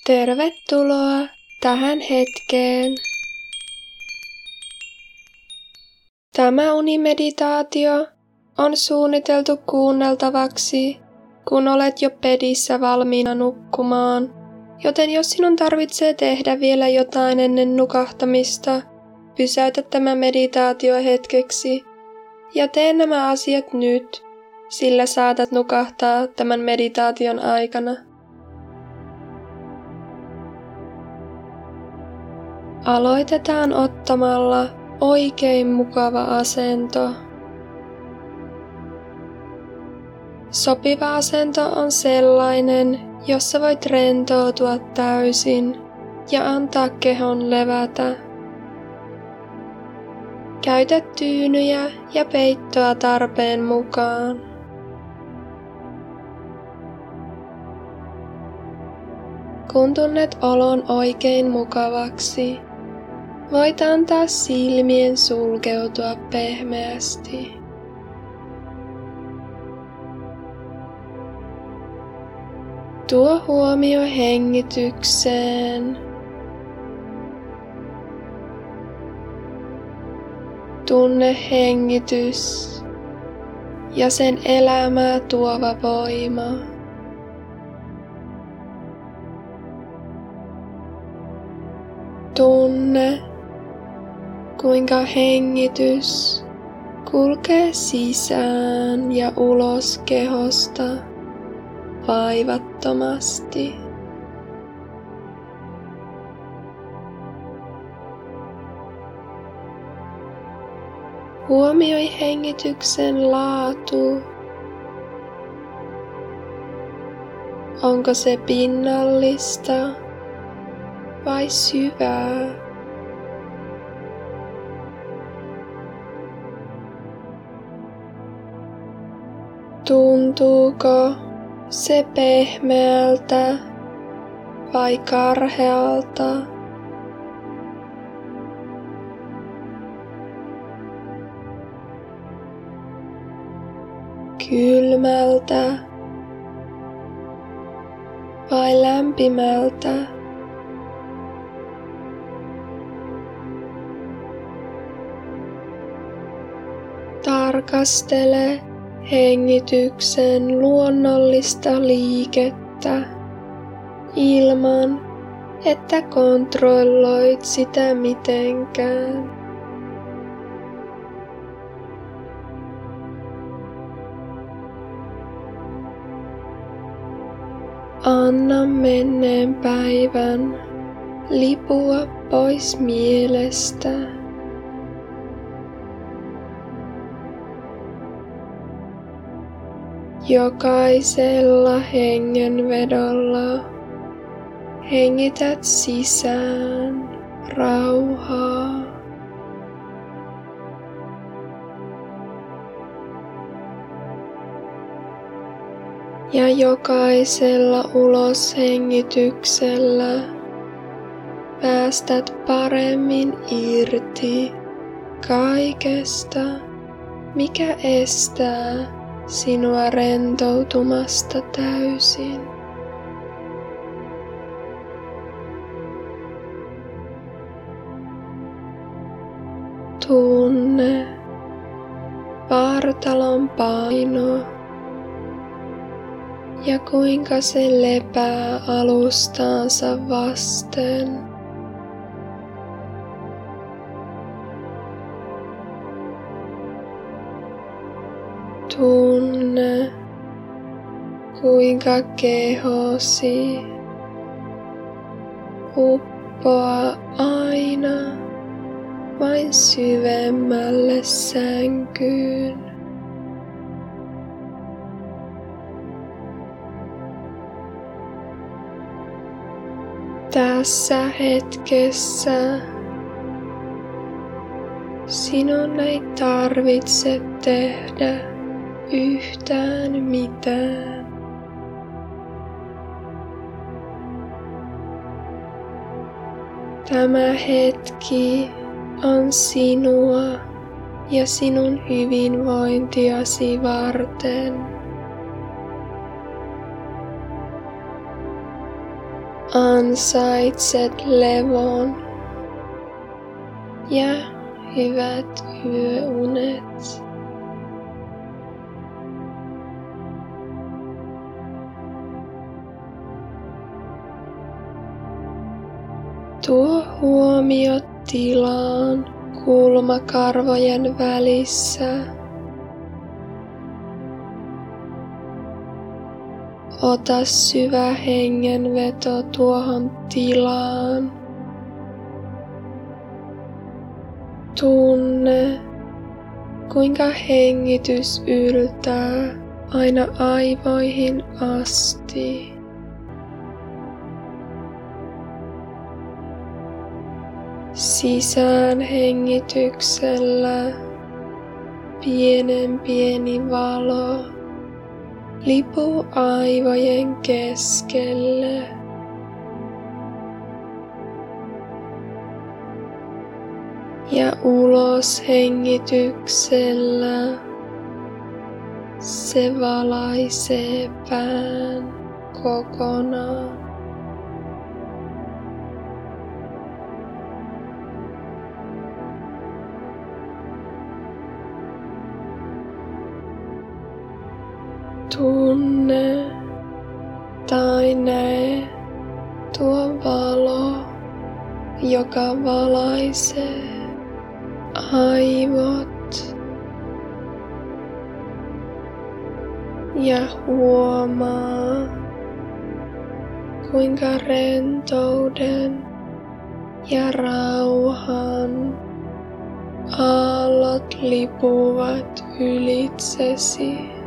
Tervetuloa tähän hetkeen. Tämä unimeditaatio on suunniteltu kuunneltavaksi, kun olet jo bedissä valmiina nukkumaan, joten jos sinun tarvitsee tehdä vielä jotain ennen nukahtamista, pysäytä tämä meditaatio hetkeksi ja tee nämä asiat nyt, sillä saatat nukahtaa tämän meditaation aikana. Aloitetaan ottamalla oikein mukava asento. Sopiva asento on sellainen, jossa voit rentoutua täysin ja antaa kehon levätä. Käytä tyynyjä ja peittoa tarpeen mukaan. Kun tunnet olon oikein mukavaksi, voit antaa silmien sulkeutua pehmeästi. Tuo huomio hengitykseen. Tunne hengitys ja sen elämää tuova voima. Tunne, kuinka hengitys kulkee sisään ja ulos kehosta vaivattomasti. Huomioi hengityksen laatu. Onko se pinnallista vai syvää? Tuntuuko se pehmeältä vai karhealta? Kylmältä vai lämpimältä? Tarkastele hengityksen luonnollista liikettä ilman, että kontrolloit sitä mitenkään. Anna menneen päivän lipua pois mielestä. Jokaisella hengenvedolla hengität sisään rauhaa. Ja jokaisella uloshengityksellä päästät paremmin irti kaikesta, mikä estää sinua rentoutumasta täysin. Tunne vartalon paino ja kuinka se lepää alustaansa vasten. Tunne, kuinka kehosi uppoaa aina vain syvemmälle sänkyyn. Tässä hetkessä sinun ei tarvitse tehdä yhtään mitään. Tämä hetki on sinua ja sinun hyvinvointiasi varten. Ansaitset levon ja hyvät yöunet. Tuo huomio tilaan kulmakarvojen välissä. Ota syvä hengenveto tuohon tilaan. Tunne, kuinka hengitys yltää aina aivoihin asti. Sisään hengityksellä pieni valo lipuu aivojen keskelle. Ja ulos hengityksellä se valaisee pään kokonaan. Tunne tai näe tuo valo, joka valaisee aivot. Ja huomaa, kuinka rentouden ja rauhan aallot lipuvat ylitsesi.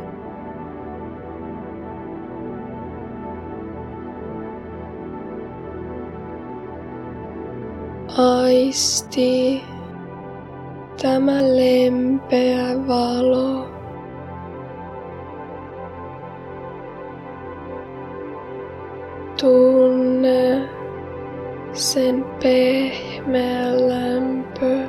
Aisti tämä lempeä valo. Tunne sen pehmeä lämpö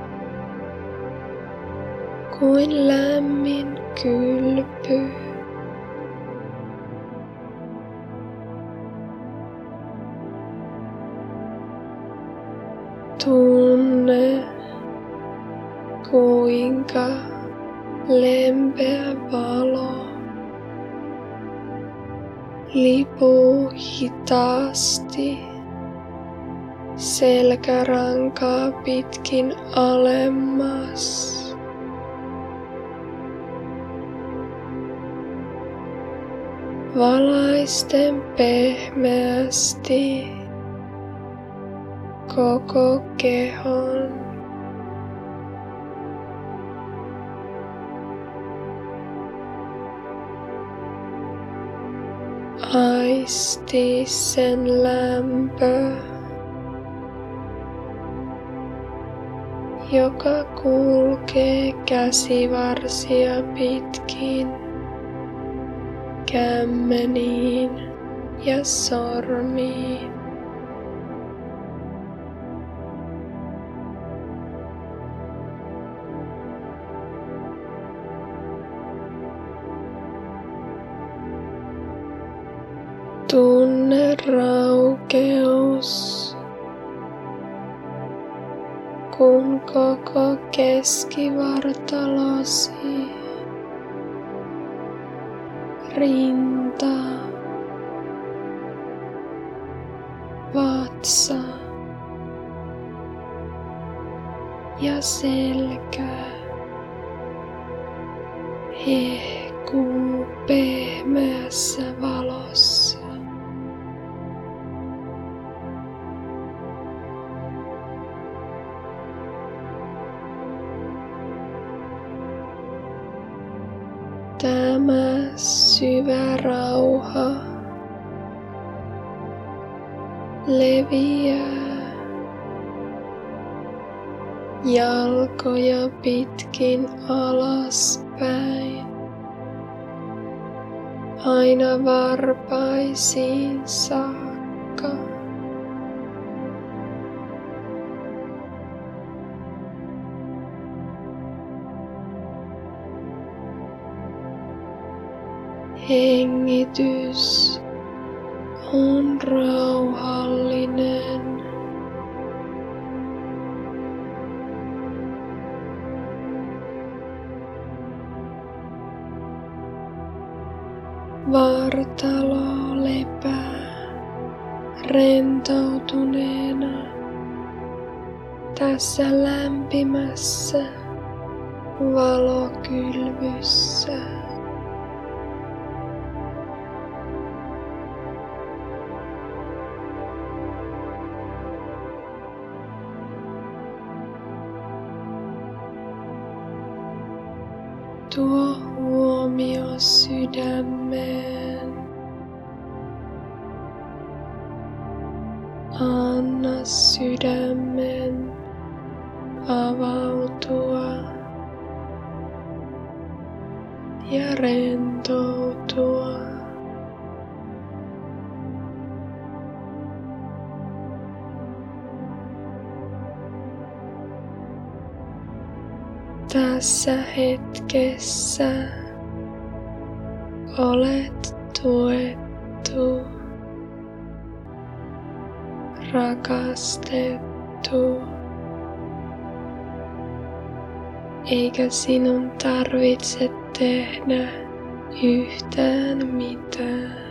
kuin lämmin kylpy. Tunne, kuinka lempeä valo lipuu hitaasti selkärankaa pitkin alemmas. Valaisten pehmeästi koko kehon. Aisti sen lämpö, joka kulkee käsivarsia pitkin, kämmeniin ja sormiin. Tunne raukeus, kun koko keskivartalosi, rinta, vatsa ja selkä hehkuu pehmeässä valossa. Tämä syvä rauha leviää jalkoja pitkin alaspäin, aina varpaisiin saakka. Hengitys on rauhallinen. Vartalo lepää rentoutuneena tässä lämpimässä valokylvyssä. Tuo huomio sydämeen. Anna sydämen avautua ja rentoutua. Tässä hetkessä olet tuettu, rakastettu, eikä sinun tarvitse tehdä yhtään mitään.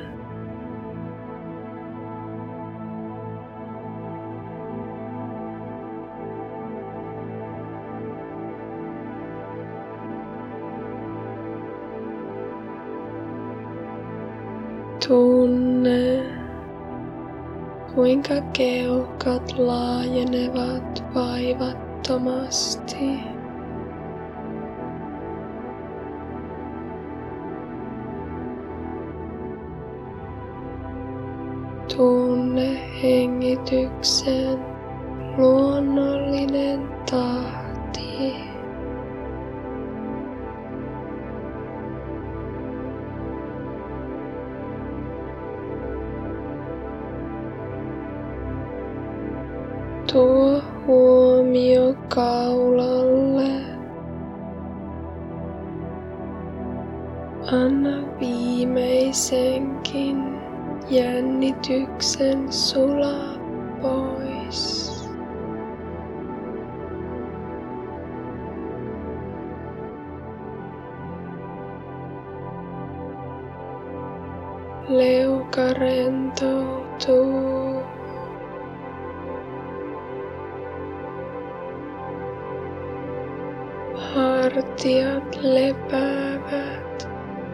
Tunne, kuinka keuhkot laajenevat vaivattomasti. Tunne hengityksen luonnollinen tahti. Tuo huomio kaulalle. Anna viimeisenkin jännityksen sulaa pois. Leuka rentoutuu. Hartiat lepäävät.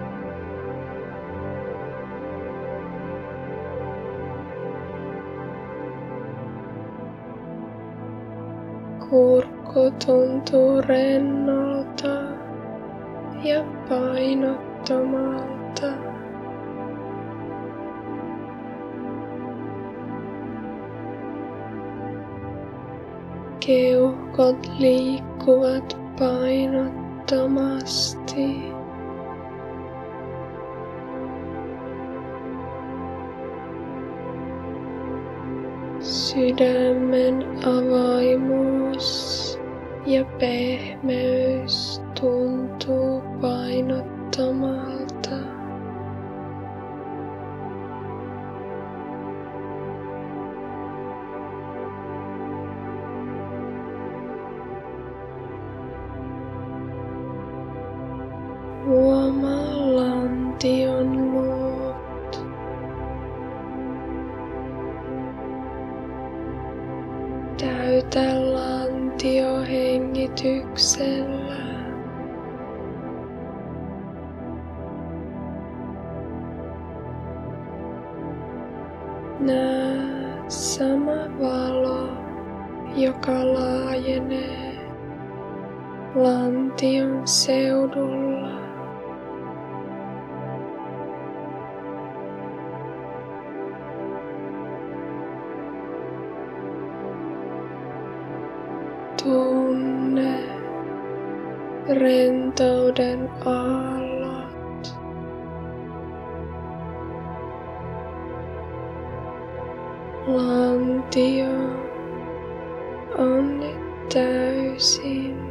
Kurkku tuntuu rennolta ja painottomalta. Keuhkot liikkuvat painottomasti. Sydämen avaimuus ja pehmeys tuntuu painottomalta. Huomaa lantion luut. Täytä lantio hengityksellä. Näe sama valo, joka laajenee lantion seudulla. Tunne rentouden aallot. Lantio on nyt täysin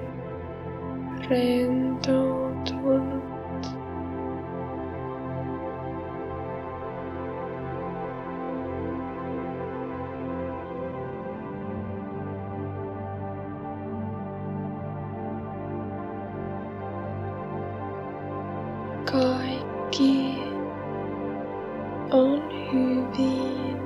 rentoutunut. Kaikki on hyvin.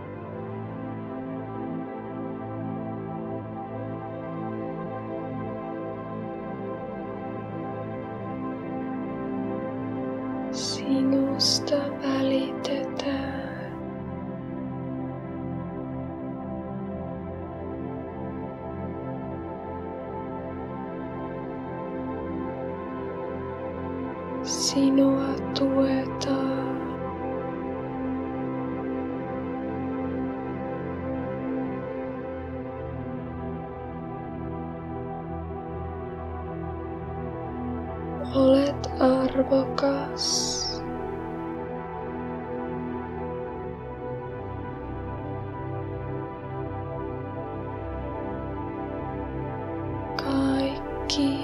Sinusta välitetään. Sinua tuetaan. Olet arvokas. Kaikki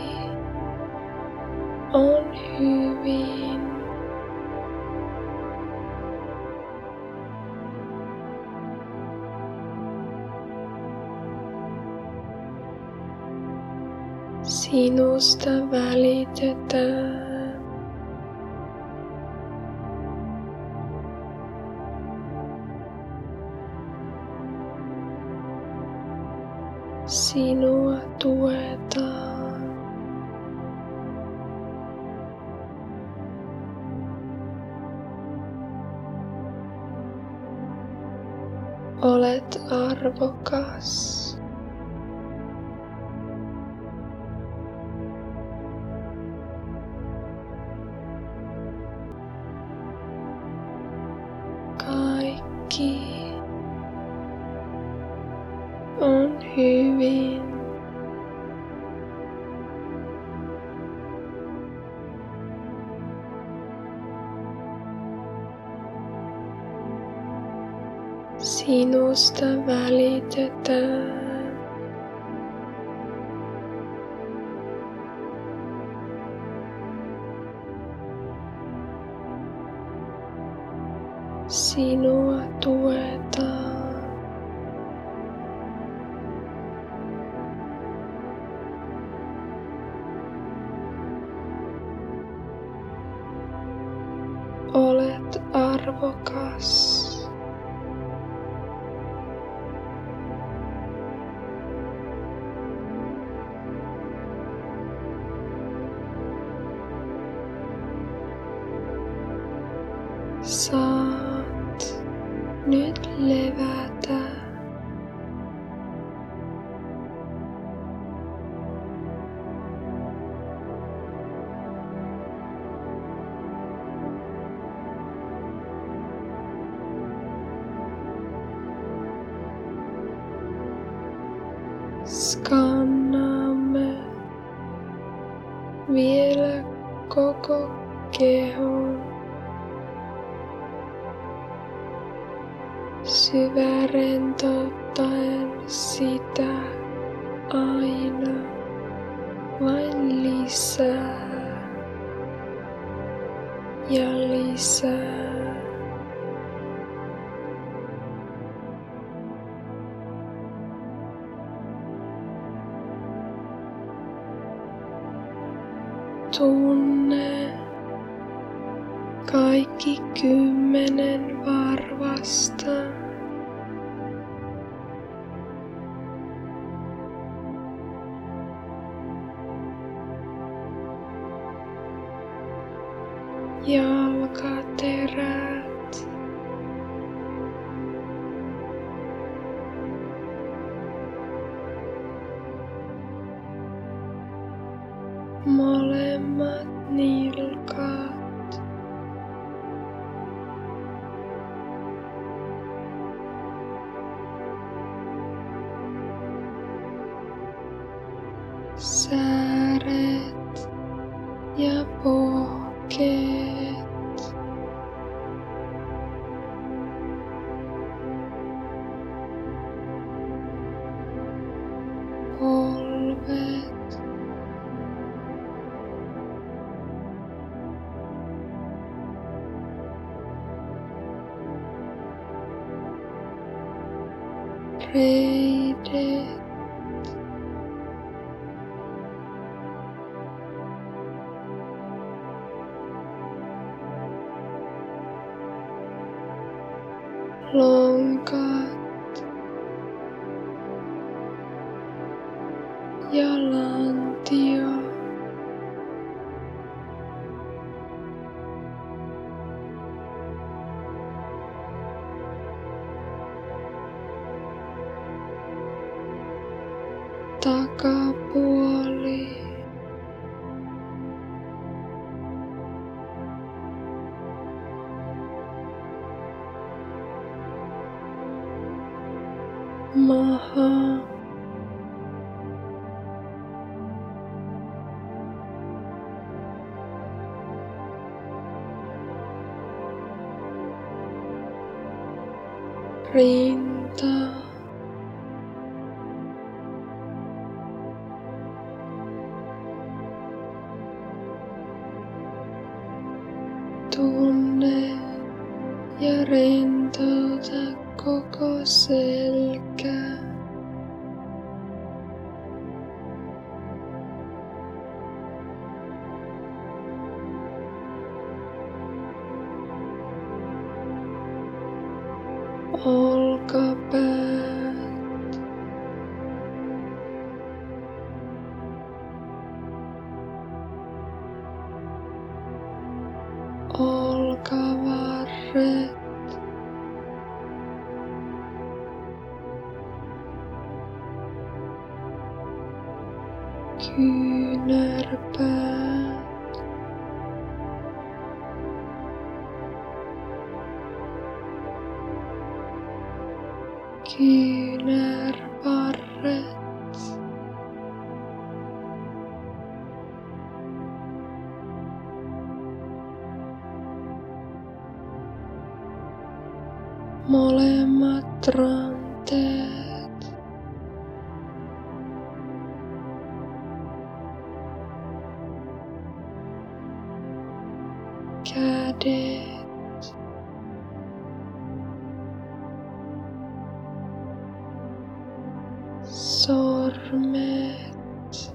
on hyvin. Sinusta välitetään. Sinua tuetaan. Olet arvokas. Kaikki on hyvin. Sinusta välitetään. Sinua tuetaan. Olet arvokas. Saat nyt levätä. Skannaamme vielä koko kehon. Syvärentouttaen sitä aina vain lisää ja lisää. Tunne kaikki 10 varvasta. Jalkaterät. Molemmat nilkat. Sääret ja pohkeet. Polvet. Reidet. lonkat ja lantio. Takapuoli. Maha. Rinta. Tunne ja rentouta koko selkä. Olkapäät. Olkavarret. Kyynärpäät. Kyynärvarret. Molemmat ranteet. Kädet. Sormet.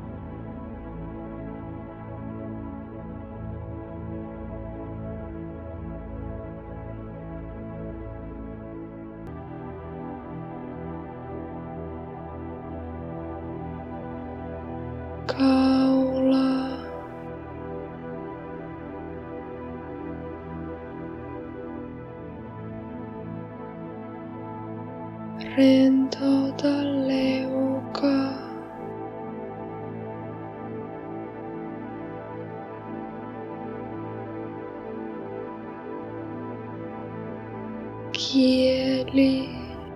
Kaula. Rentouta leuka. Kieli.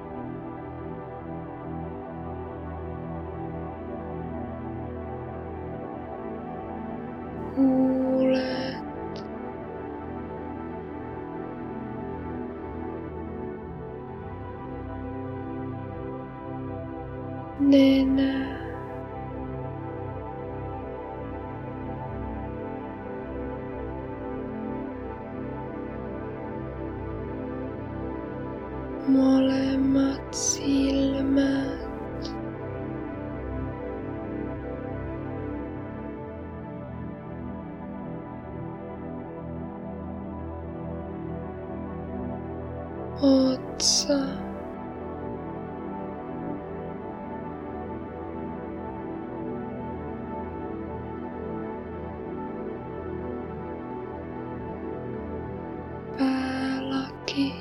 Huulet. Nenä. Molemmat silmät. Otsa. Päälaki.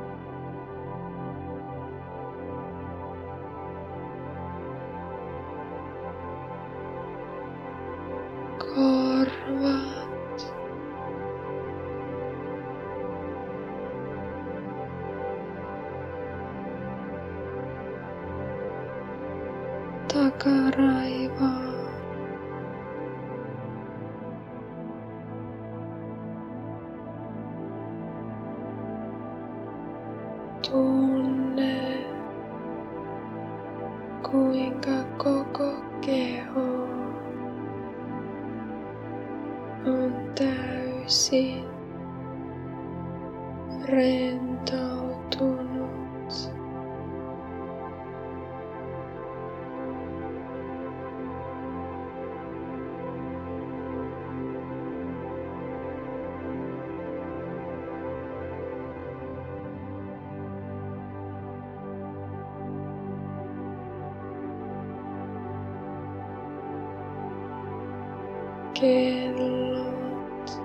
Korvat. Takaraivo. Tunne, kuinka koko keho on täysin rentoutunut. kellot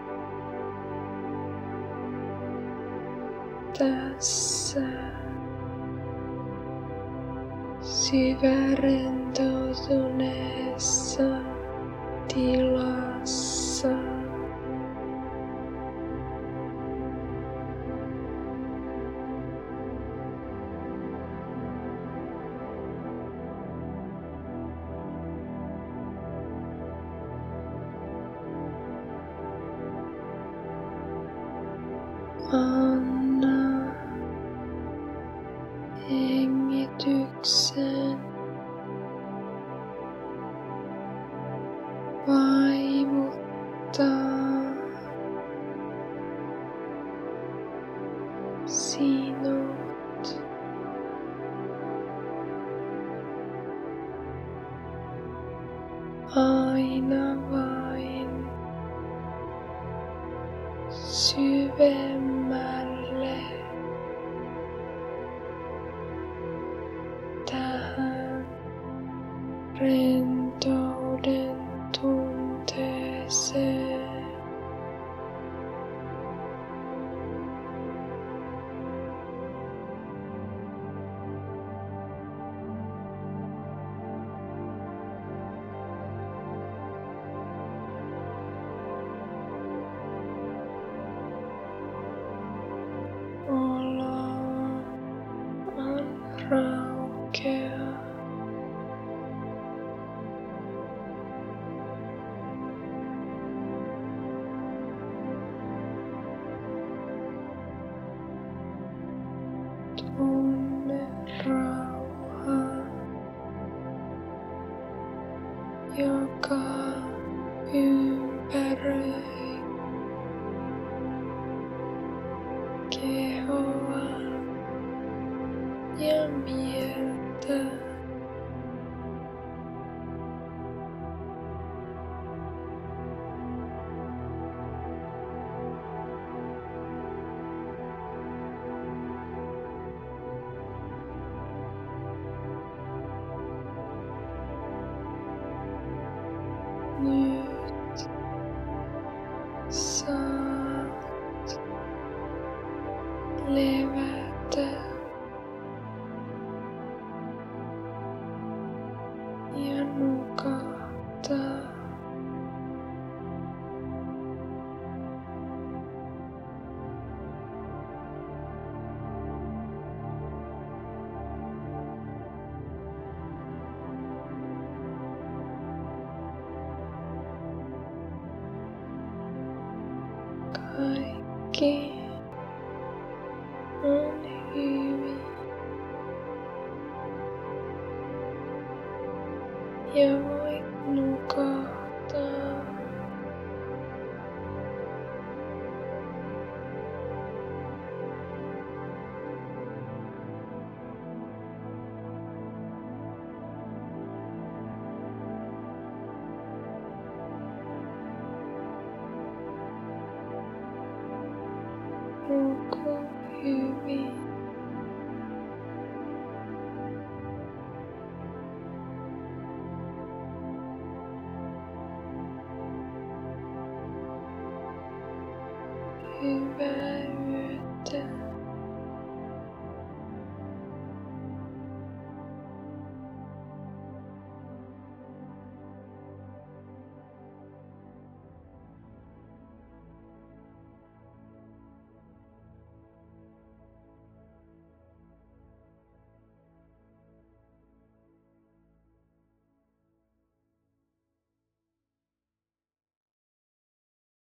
tässä syvärentoutuneessa tilassa. Anna hengityksen vaivuttaa sinut. Aina vain syvemmälle tähän rentouden tunteeseen. Olo on raukea. Tunne rauhaa, joka ympäröi kehoa ja mieltä. Nyt saat levätä ja nukahtaa. Kaikki on hyvin ja voit nukahtaa. Nuku hyvin. Hyvää yötä.